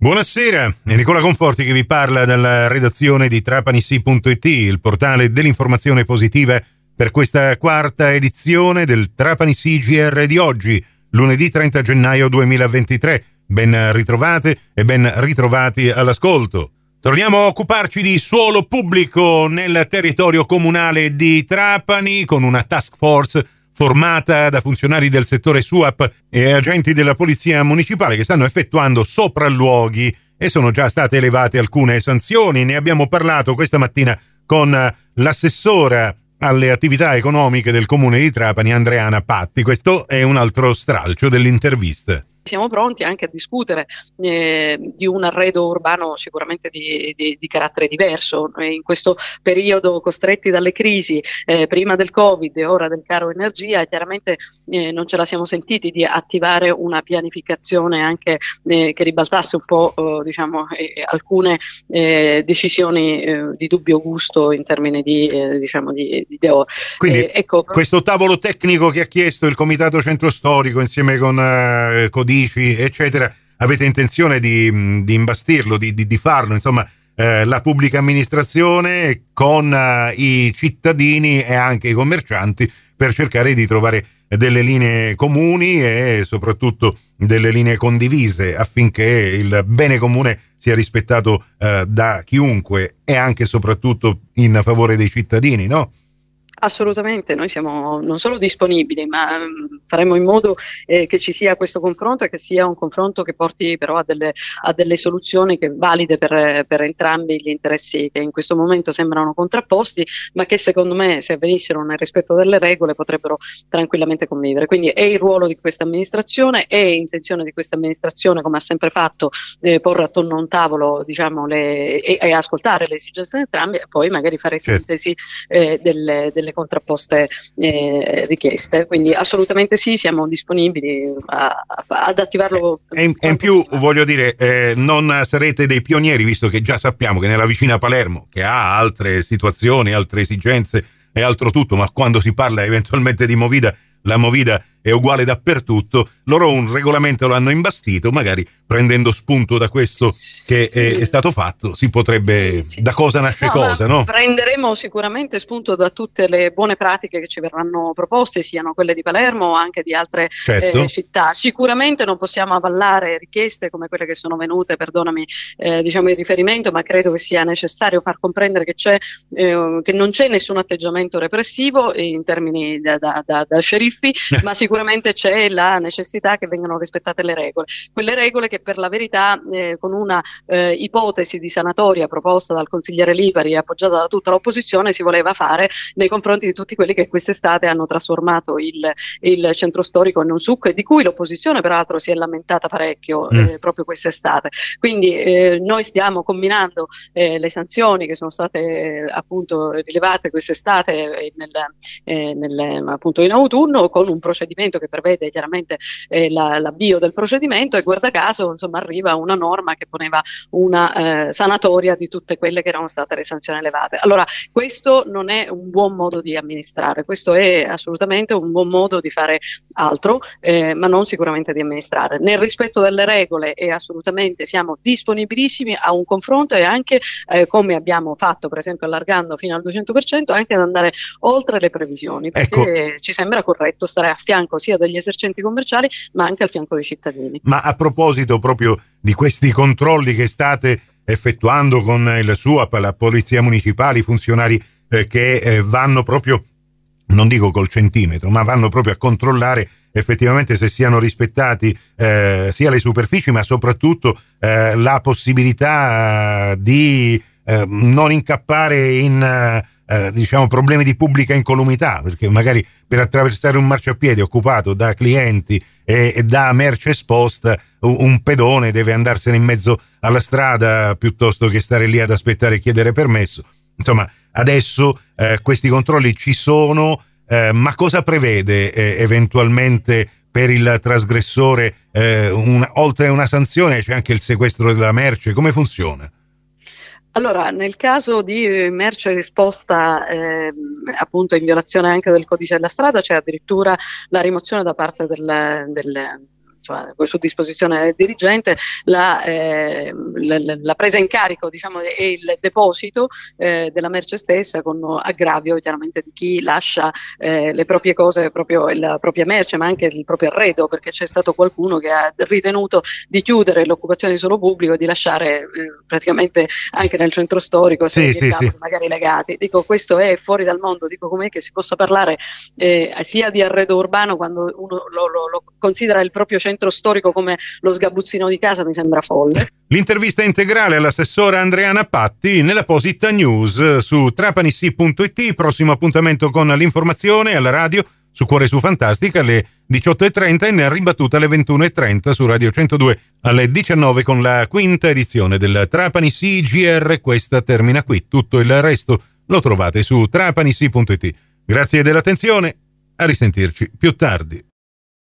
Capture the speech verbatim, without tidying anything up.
Buonasera, è Nicola Conforti che vi parla dalla redazione di Trapanissi punto it, il portale dell'informazione positiva, per questa quarta edizione del Trapanissi G R di oggi, lunedì trenta gennaio duemilaventitré. Ben ritrovate e ben ritrovati all'ascolto. Torniamo a occuparci di suolo pubblico nel territorio comunale di Trapani con una task force formata da funzionari del settore SUAP e agenti della polizia municipale che stanno effettuando sopralluoghi e sono già state elevate alcune sanzioni. Ne abbiamo parlato questa mattina con l'assessora alle attività economiche del comune di Trapani, Andreana Patti. Questo è un altro stralcio dell'intervista. Siamo pronti anche a discutere eh, di un arredo urbano sicuramente di, di, di carattere diverso. In questo periodo, costretti dalle crisi, eh, prima del Covid e ora del caro energia, chiaramente eh, non ce la siamo sentiti di attivare una pianificazione anche eh, che ribaltasse un po' eh, diciamo, eh, alcune eh, decisioni eh, di dubbio gusto in termini di, eh, diciamo, di, di ideo. Quindi eh, ecco, questo tavolo tecnico che ha chiesto il Comitato Centro Storico insieme con eh, Codici, eccetera, avete intenzione di, di imbastirlo, di, di, di farlo, insomma, eh, la pubblica amministrazione con eh, i cittadini e anche i commercianti per cercare di trovare delle linee comuni e soprattutto delle linee condivise affinché il bene comune sia rispettato eh, da chiunque e anche e soprattutto in favore dei cittadini, no? Assolutamente, noi siamo non solo disponibili, ma um, faremo in modo eh, che ci sia questo confronto e che sia un confronto che porti però a delle, a delle soluzioni che valide per, per entrambi gli interessi che in questo momento sembrano contrapposti, ma che secondo me, se avvenissero nel rispetto delle regole, potrebbero tranquillamente convivere. Quindi è il ruolo di questa amministrazione, è intenzione di questa amministrazione, come ha sempre fatto, eh, porre attorno a un tavolo, diciamo, le, e, e ascoltare le esigenze di entrambi e poi magari fare sintesi eh, delle, delle contrapposte eh, richieste. Quindi assolutamente sì, siamo disponibili a, a, ad attivarlo. E in, in più voglio dire, eh, non sarete dei pionieri, visto che già sappiamo che nella vicina Palermo, che ha altre situazioni, altre esigenze e altro tutto, ma quando si parla eventualmente di Movida, la Movida è uguale dappertutto, loro un regolamento l'hanno imbastito, magari prendendo spunto da questo che sì. è, è stato fatto, si potrebbe, sì, sì. Da cosa nasce no, cosa, no? Prenderemo sicuramente spunto da tutte le buone pratiche che ci verranno proposte, siano quelle di Palermo o anche di altre certo. eh, città. Sicuramente non possiamo avallare richieste come quelle che sono venute, perdonami eh, diciamo il riferimento, ma credo che sia necessario far comprendere che c'è eh, che non c'è nessun atteggiamento repressivo in termini da, da, da, da sceriffi, ma sicuramente c'è la necessità che vengano rispettate le regole, quelle regole che per la verità eh, con una eh, ipotesi di sanatoria proposta dal consigliere Lipari e appoggiata da tutta l'opposizione si voleva fare nei confronti di tutti quelli che quest'estate hanno trasformato il, il centro storico in un succo e di cui l'opposizione peraltro si è lamentata parecchio mm. eh, proprio quest'estate. Quindi eh, noi stiamo combinando eh, le sanzioni che sono state eh, appunto rilevate quest'estate eh, nel, eh, nel, appunto in autunno con un procedimento che prevede chiaramente eh, la, l'avvio del procedimento e guarda caso insomma arriva una norma che poneva una eh, sanatoria di tutte quelle che erano state le sanzioni elevate. Allora questo non è un buon modo di amministrare, questo è assolutamente un buon modo di fare altro, eh, ma non sicuramente di amministrare. Nel rispetto delle regole e assolutamente siamo disponibilissimi a un confronto e anche eh, come abbiamo fatto per esempio allargando fino al duecento per cento anche ad andare oltre le previsioni, perché ecco. Ci sembra corretto stare a fianco sia degli esercenti commerciali ma anche al fianco dei cittadini. Ma a proposito proprio di questi controlli che state effettuando con il SUAP, la polizia municipale, i funzionari eh, che eh, vanno proprio, non dico col centimetro, ma vanno proprio a controllare effettivamente se siano rispettati eh, sia le superfici ma soprattutto eh, la possibilità di eh, non incappare in eh, eh, diciamo problemi di pubblica incolumità, perché magari per attraversare un marciapiede occupato da clienti e, e da merce esposta un, un pedone deve andarsene in mezzo alla strada piuttosto che stare lì ad aspettare e chiedere permesso. Insomma, adesso eh, questi controlli ci sono. Eh, ma cosa prevede eh, eventualmente per il trasgressore? Eh, una, oltre a una sanzione c'è anche il sequestro della merce, come funziona? Allora, nel caso di merce esposta eh, appunto in violazione anche del codice della strada c'è addirittura la rimozione da parte del, del cioè su disposizione del dirigente, la, eh, la, la presa in carico, diciamo, e il deposito eh, della merce stessa, con aggravio chiaramente di chi lascia eh, le proprie cose, proprio la propria merce, ma anche il proprio arredo, perché c'è stato qualcuno che ha ritenuto di chiudere l'occupazione di suolo pubblico e di lasciare eh, praticamente anche nel centro storico sì, sì, sì. magari legati. Dico, questo è fuori dal mondo, dico, com'è che si possa parlare eh, sia di arredo urbano quando uno lo, lo, lo considera il proprio centro storico come lo sgabuzzino di casa, mi sembra folle. L'intervista integrale all'assessora Andreana Patti nella Posita News su trapanissi punto it. Prossimo appuntamento con l'informazione alla radio su Cuore su Fantastica alle diciotto e trenta, in ribattuta alle ventuno e trenta su Radio centodue alle diciannove con la quinta edizione del Trapanissi G R. Questa termina qui, tutto il resto lo trovate su trapanissi punto it. Grazie dell'attenzione, a risentirci più tardi.